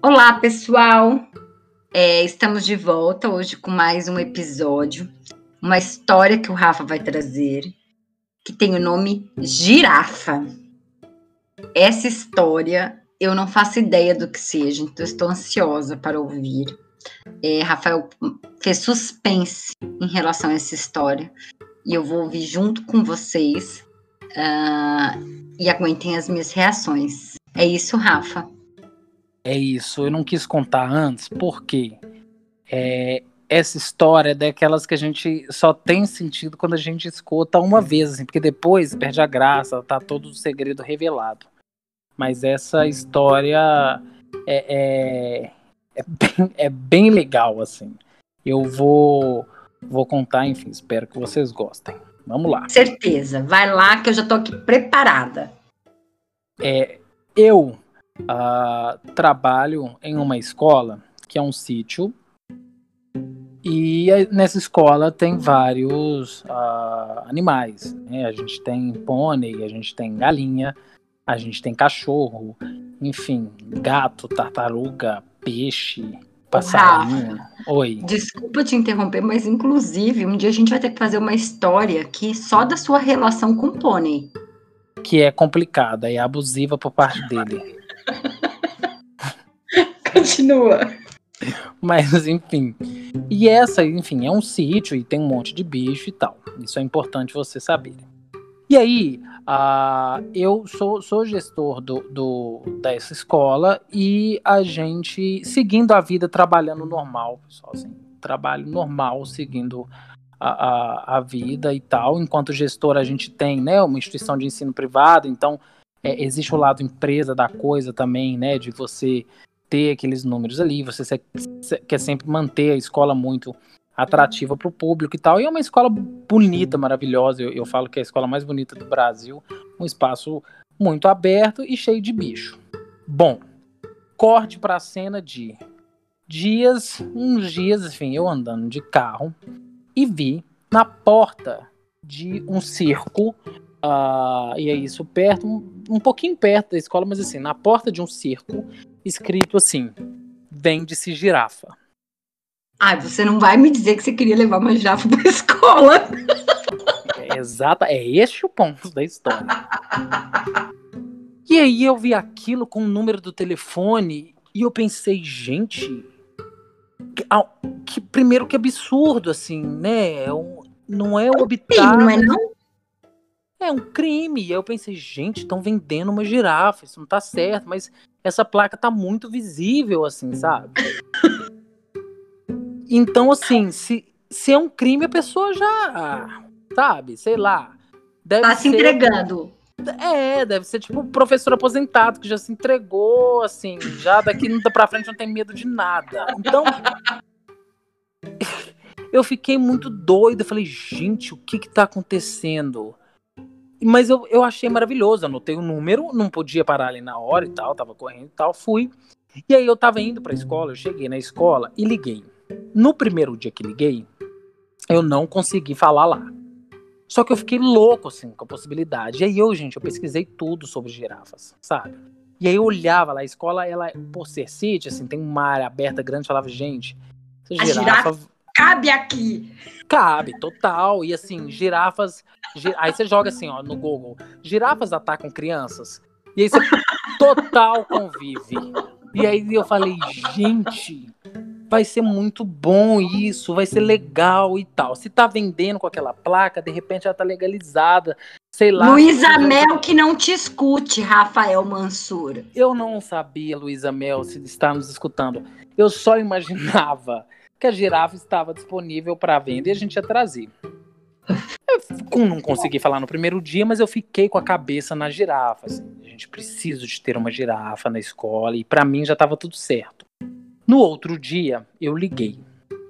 Olá, pessoal! Estamos de volta hoje com mais um episódio, uma história que o Rafa vai trazer, que tem o nome Girafa. Essa história eu não faço ideia do que seja, então estou ansiosa para ouvir. Rafael fez suspense em relação a essa história e eu vou ouvir junto com vocês e aguentem as minhas reações. É isso, Rafa? É isso, eu não quis contar antes, porque essa história é daquelas que a gente só tem sentido quando a gente escuta uma vez, assim, porque depois perde a graça, tá todo o segredo revelado. Mas essa história é bem legal, assim. Eu vou contar, enfim, espero que vocês gostem. Vamos lá. Certeza, vai lá que eu já estou aqui preparada. Eu trabalho em uma escola que é um sítio. E nessa escola tem vários animais, né? A gente tem pônei, a gente tem galinha, a gente tem cachorro, enfim, gato, tartaruga, peixe, passarinho. Oi. Desculpa te interromper, mas inclusive um dia a gente vai ter que fazer uma história aqui só da sua relação com o pônei. Que é complicada e abusiva por parte dele. Continua. Mas, enfim. E essa, enfim, é um sítio e tem um monte de bicho e tal. Isso é importante você saber. E aí, eu sou gestor dessa escola e a gente, seguindo a vida, trabalhando normal, pessoal, assim, trabalho normal, seguindo a vida e tal. Enquanto gestor, a gente tem, né, uma instituição de ensino privado, então existe o lado empresa da coisa também, né, de você ter aqueles números ali, você quer sempre manter a escola muito atrativa para o público e tal, e é uma escola bonita, maravilhosa, eu falo que é a escola mais bonita do Brasil, um espaço muito aberto e cheio de bicho. Bom, corte para a cena de uns dias, enfim, eu andando de carro e vi na porta de um circo, e é isso perto, um pouquinho perto da escola, mas assim, na porta de um circo, escrito assim, vende-se girafa. Você não vai me dizer que você queria levar uma girafa para a escola. É este o ponto da história. E aí eu vi aquilo com o número do telefone e eu pensei, gente, primeiro que absurdo, assim, né? Não é o habitat. Não é não? É um crime. E eu pensei, gente, estão vendendo uma girafa, isso não tá certo, mas essa placa tá muito visível, assim, sabe? Então, assim, se é um crime, a pessoa já, sabe, sei lá. Deve se entregando. Deve ser tipo um professor aposentado que já se entregou, assim, já daqui pra frente não tem medo de nada. Então, eu fiquei muito doido, eu falei, gente, o que tá acontecendo? Mas eu achei maravilhoso, anotei o número, não podia parar ali na hora e tal, tava correndo e tal, fui. E aí eu tava indo pra escola, eu cheguei na escola e liguei. No primeiro dia que liguei, eu não consegui falar lá. Só que eu fiquei louco, assim, com a possibilidade. E aí eu pesquisei tudo sobre girafas, sabe? E aí eu olhava lá, a escola, ela, por ser sítio, assim, tem uma área aberta grande, falava, gente, essa girafa cabe aqui. Cabe, total. E assim, girafas... Aí você joga assim, ó, no Google, girafas atacam crianças? E aí você total convive. E aí eu falei, gente, vai ser muito bom isso, vai ser legal e tal. Se tá vendendo com aquela placa, de repente ela tá legalizada, sei lá. Luísa Mel que não te escute, Rafael Mansur. Eu não sabia, Luísa Mel, se está nos escutando. Eu só imaginava que a girafa estava disponível para venda e a gente ia trazer. Eu não consegui falar no primeiro dia, mas eu fiquei com a cabeça na girafa. Assim. A gente precisa de ter uma girafa na escola e para mim já estava tudo certo. No outro dia, eu liguei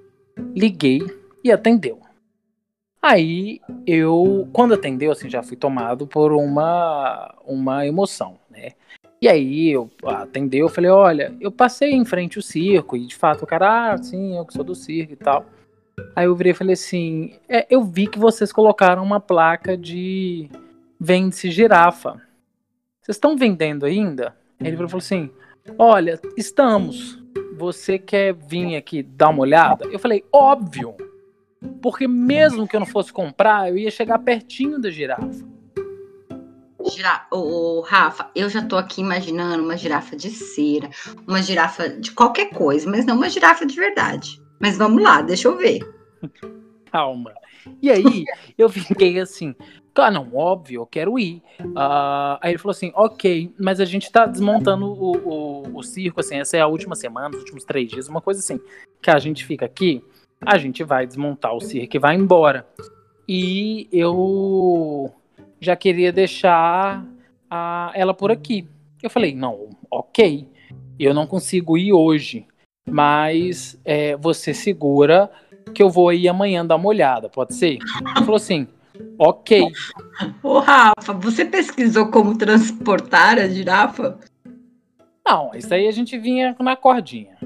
e atendeu. Aí, quando atendeu, assim, já fui tomado por uma emoção, né? E aí, atendeu, eu falei, olha, eu passei em frente ao circo e, de fato, o cara, sim, eu que sou do circo e tal. Aí eu virei e falei assim, eu vi que vocês colocaram uma placa de vende-se girafa. Vocês estão vendendo ainda? Aí ele falou assim, olha, estamos. Você quer vir aqui dar uma olhada? Eu falei, óbvio. Porque mesmo que eu não fosse comprar, eu ia chegar pertinho da girafa. Rafa, eu já tô aqui imaginando uma girafa de cera, uma girafa de qualquer coisa, mas não uma girafa de verdade. Mas vamos lá, deixa eu ver. Calma. E aí, eu fiquei assim, cara, não, óbvio, eu quero ir. Aí ele falou assim, ok, mas a gente tá desmontando o circo, assim, essa é a última semana, os últimos 3 dias, uma coisa assim, que a gente fica aqui, a gente vai desmontar o circo e vai embora. E eu já queria deixar ela por aqui. Eu falei, não, ok, eu não consigo ir hoje, mas você segura que eu vou ir amanhã dar uma olhada, pode ser? Ele falou assim, ok. Ô, Rafa, você pesquisou como transportar a girafa? Não, isso aí a gente vinha na cordinha.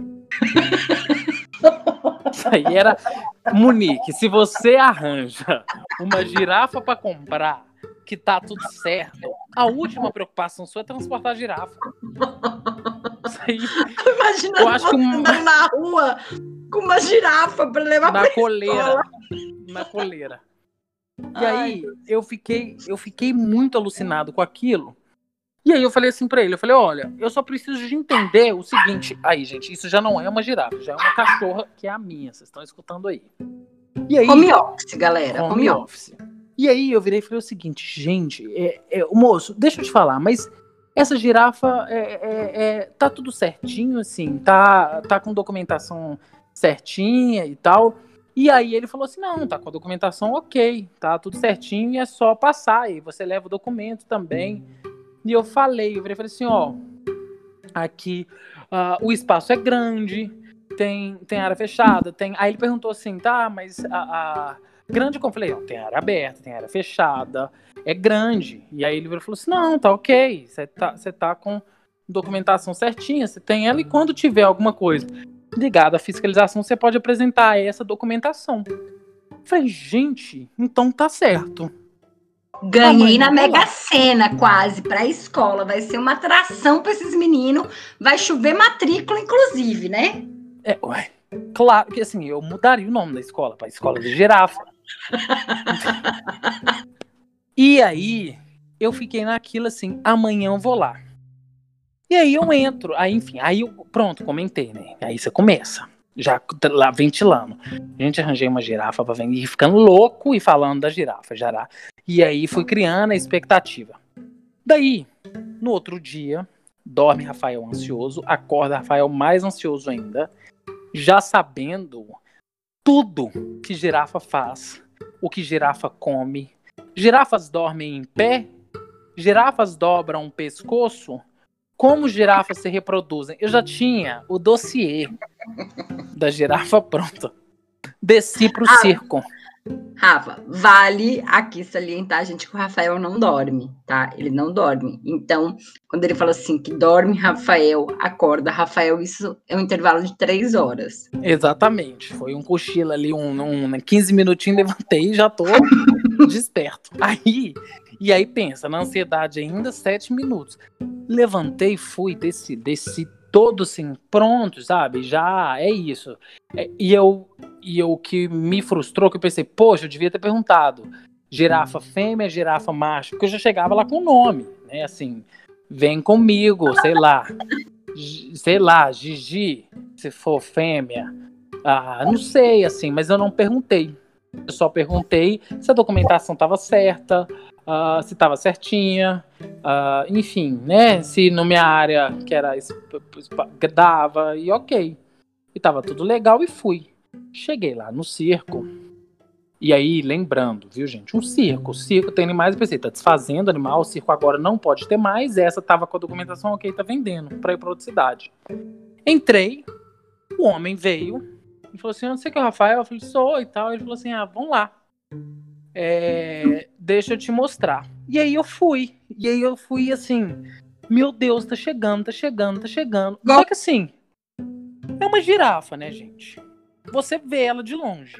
Isso aí era... Monique, se você arranja uma girafa para comprar que tá tudo certo, a última preocupação sua é transportar a girafa. Isso aí... Imagina eu acho você que andando na rua com uma girafa para levar na pra coleira. escola. Na coleira. E Ai. aí, eu fiquei muito alucinado com aquilo. E aí eu falei assim pra ele, eu falei, olha, eu só preciso de entender o seguinte. Aí, gente, isso já não é uma girafa, já é uma cachorra que é a minha, vocês estão escutando aí. E aí, Home office, galera. home office. E aí eu virei e falei o seguinte, gente, moço, deixa eu te falar, mas essa girafa tá tudo certinho, assim, tá com documentação certinha e tal. E aí ele falou assim, não, tá com a documentação ok, tá tudo certinho e é só passar, e você leva o documento também. E eu falei assim, ó, aqui o espaço é grande, tem área fechada, tem... Aí ele perguntou assim, tá, mas grande como eu falei, ó, tem área aberta, tem área fechada, é grande. E aí ele falou assim, não, tá ok, você tá com documentação certinha, você tem ela, e quando tiver alguma coisa ligada à fiscalização, você pode apresentar essa documentação. Eu falei, gente, então tá certo. Ganhei na Mega Sena quase para a escola. Vai ser uma atração para esses meninos. Vai chover matrícula, inclusive, né? Ué, claro que assim, eu mudaria o nome da escola para Escola de Girafa. E aí, eu fiquei naquilo assim, amanhã eu vou lá. E aí eu entro, aí enfim, aí eu, pronto, comentei, né? Aí você começa, já lá ventilando. A gente arranjei uma girafa pra vir, ficando louco e falando da girafa, já. E aí fui criando a expectativa. Daí, no outro dia, dorme Rafael ansioso, acorda Rafael mais ansioso ainda, já sabendo tudo que girafa faz, o que girafa come. Girafas dormem em pé, girafas dobram o pescoço, como girafas se reproduzem. Eu já tinha o dossiê da girafa pronto. Desci pro circo. Rafa, vale aqui salientar, gente, que o Rafael não dorme, tá? Ele não dorme. Então, quando ele fala assim, que dorme Rafael, acorda Rafael, isso é um intervalo de 3 horas. Exatamente. Foi um cochilo ali, 15 minutinhos, levantei e já tô desperto. E aí pensa, na ansiedade ainda, 7 minutos. Levantei, fui, desci todo assim, pronto, sabe? Já é isso. E eu que me frustrou, que eu pensei, poxa, eu devia ter perguntado girafa fêmea, girafa macho, porque eu já chegava lá com o nome, né? Assim, vem comigo, sei lá, Gigi, se for fêmea. Não sei, assim, mas eu não perguntei. Eu só perguntei se a documentação estava certa, se estava certinha, enfim, né? Se na minha área que era dava, e ok. E tava tudo legal e fui. Cheguei lá no circo. E aí, lembrando, viu, gente? O circo tem animais, eu pensei, tá desfazendo animal, o circo agora não pode ter mais. Essa tava com a documentação ok, tá vendendo pra ir pra outra cidade. Entrei, o homem veio e falou assim: você que é o Rafael? Eu falei, sou e tal. Ele falou assim: vamos lá. Deixa eu te mostrar. E aí eu fui. E aí eu fui assim: meu Deus, tá chegando, tá chegando, tá chegando. Só que assim, é uma girafa, né, gente? Você vê ela de longe.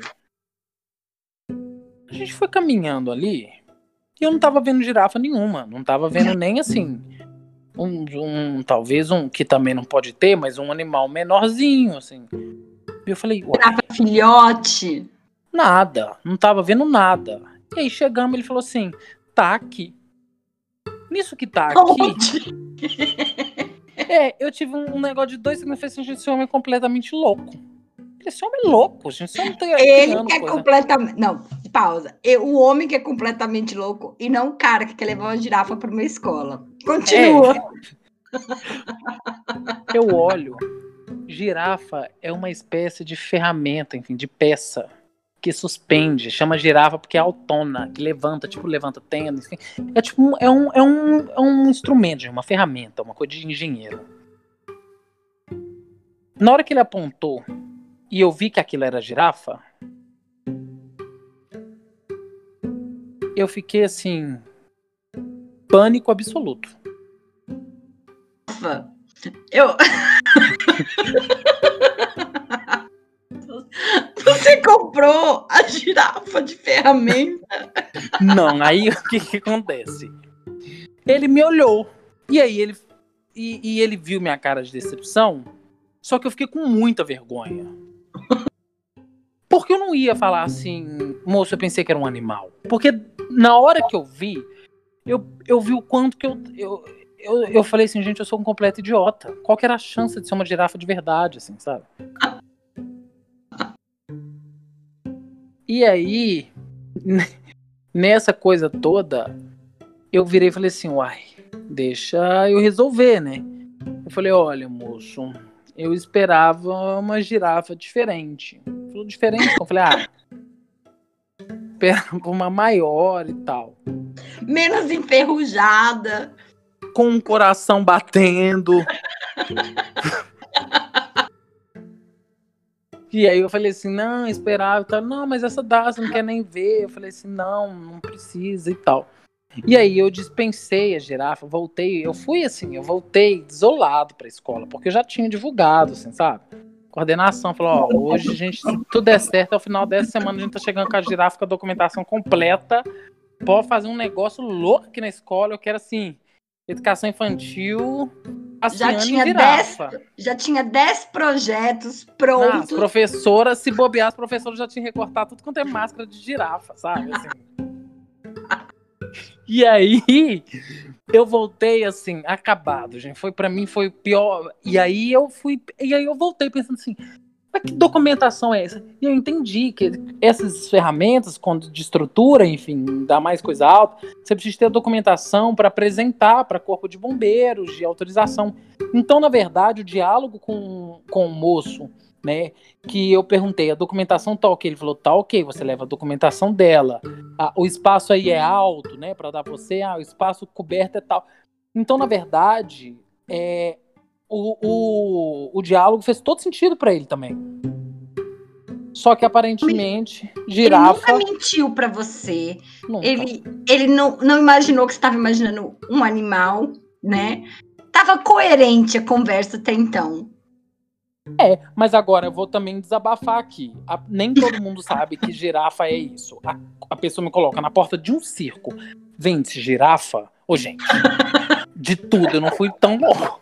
A gente foi caminhando ali e eu não tava vendo girafa nenhuma. Não tava vendo nem assim talvez um que também não pode ter, mas um animal menorzinho, assim. E eu falei, uai, Girafa filhote. nada, não tava vendo nada. E aí chegamos, ele falou assim, tá aqui. Nisso que tá aqui, Onde? eu tive um negócio de 2 segundos, eu falei assim, gente, esse homem é completamente louco. Esse homem é louco, gente, esse homem tá Ele criando que é coisa. completamente. Não, pausa. O homem que é completamente louco e não o cara que quer levar uma girafa para uma escola. Continua. Eu olho, girafa é uma espécie de ferramenta, enfim, de peça que suspende, chama girafa porque é autona, que levanta, tipo levanta tênis, enfim. É tipo é um instrumento, uma ferramenta, uma coisa de engenheiro. Na hora que ele apontou e eu vi que aquilo era girafa, eu fiquei assim, pânico absoluto. Eu. Você comprou a girafa de ferramenta? Não, aí o que acontece? Ele me olhou e aí ele viu minha cara de decepção, só que eu fiquei com muita vergonha. Porque eu não ia falar assim, moço, eu pensei que era um animal. Porque na hora que eu vi, eu vi o quanto que eu falei assim, gente, eu sou um completo idiota. Qual que era a chance de ser uma girafa de verdade, assim, sabe? E aí, nessa coisa toda, eu virei e falei assim, uai, deixa eu resolver, né? Eu falei, olha, moço, eu esperava uma girafa diferente. Ele falou, diferente? Eu falei, esperava uma maior e tal. Menos enferrujada. Com um coração batendo. E aí eu falei assim, não, esperava e tal. Não, mas essa dá, você não quer nem ver. Eu falei assim, não precisa e tal. E aí eu dispensei a girafa, eu voltei desolado pra escola, porque eu já tinha divulgado, assim, sabe? Coordenação falou, hoje, gente, se tudo der certo, ao final dessa semana a gente tá chegando com a girafa com a documentação completa, pode fazer um negócio louco aqui na escola, eu quero, assim, educação infantil, passeando em girafa. Já tinha 10 projetos prontos. As professoras, se bobear, as professoras já tinham recortado tudo quanto é máscara de girafa, sabe? Assim. E aí, eu voltei assim, acabado, gente. Pra mim foi pior. E aí eu voltei pensando assim, mas que documentação é essa? E eu entendi que essas ferramentas, de estrutura, enfim, dá mais coisa alta, você precisa ter a documentação para apresentar para corpo de bombeiros, de autorização. Então, na verdade, o diálogo com o moço, né, que eu perguntei, a documentação tá ok? Ele falou, tá ok, você leva a documentação dela. O espaço aí é alto, né, para dar pra você, o espaço coberto é tal. Então, na verdade, o diálogo fez todo sentido para ele também. Só que aparentemente, girafa... Ele nunca mentiu para você. Nunca. Ele não imaginou que você estava imaginando um animal, né? Tava coerente a conversa até então. Mas agora eu vou também desabafar aqui. Nem todo mundo sabe que girafa é isso. A pessoa me coloca na porta de um circo. Vende girafa? Ô, gente, de tudo, eu não fui tão louco.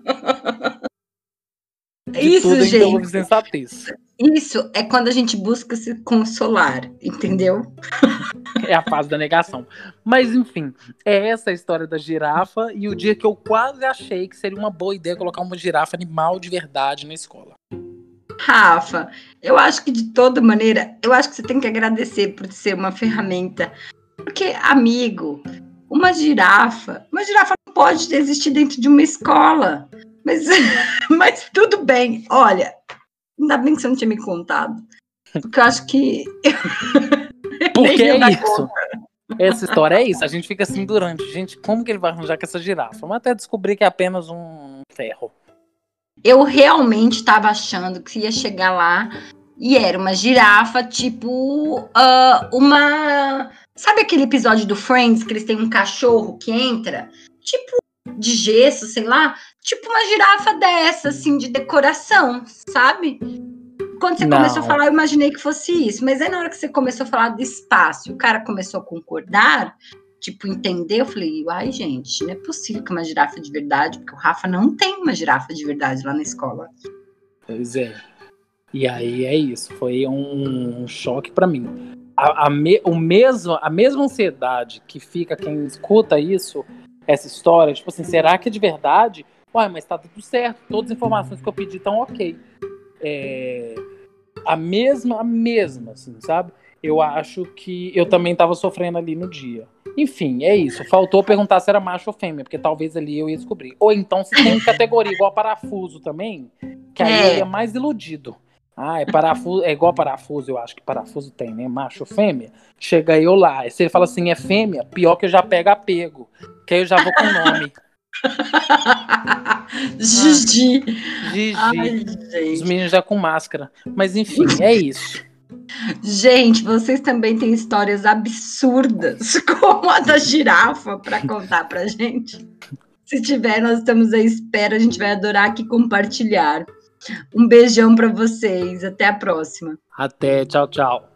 Isso, gente. Houve sensatez. Isso é quando a gente busca se consolar, entendeu? É a fase da negação. Mas, enfim, é essa a história da girafa e o dia que eu quase achei que seria uma boa ideia colocar uma girafa animal de verdade na escola. Rafa, eu acho que de toda maneira, eu acho que você tem que agradecer por ser uma ferramenta. Porque, amigo, uma girafa não pode existir dentro de uma escola. Mas tudo bem. Olha, ainda bem que você não tinha me contado. Porque eu acho que... Porque é isso. Essa história é isso. A gente fica assim durante. Gente, como que ele vai arranjar com essa girafa? Vamos até descobrir que é apenas um ferro. Eu realmente estava achando que ia chegar lá e era uma girafa, tipo uma... Sabe aquele episódio do Friends que eles têm um cachorro que entra? Tipo de gesso, sei lá. Tipo uma girafa dessa, assim, de decoração, sabe? Quando você começou a falar, eu imaginei que fosse isso. Mas aí na hora que você começou a falar do espaço, o cara começou a concordar, tipo, entender. Eu falei, uai, gente, não é possível que uma girafa de verdade, porque o Rafa não tem uma girafa de verdade lá na escola. Pois é. E aí é isso, foi um choque pra mim. A mesma ansiedade que fica quem escuta isso, essa história, tipo assim, será que é de verdade? Uai, mas tá tudo certo, todas as informações que eu pedi estão ok. A mesma, assim, sabe? Eu acho que eu também tava sofrendo ali no dia. Enfim, é isso. Faltou perguntar se era macho ou fêmea, porque talvez ali eu ia descobrir. Ou então se tem categoria igual parafuso também, que aí eu ia mais iludido. Ah, é parafuso, é igual parafuso, eu acho que parafuso tem, né? Macho ou fêmea. Chega eu lá. Se ele fala assim, é fêmea, pior que eu já pego apego. Que aí eu já vou com o nome. Gigi. Gigi. Ai, Os gente. meninos já com máscara. Mas enfim, é isso. Gente, vocês também têm histórias absurdas, como a da girafa, para contar pra gente. Se tiver, nós estamos à espera, a gente vai adorar aqui compartilhar. Um beijão para vocês, até a próxima. Até, tchau, tchau.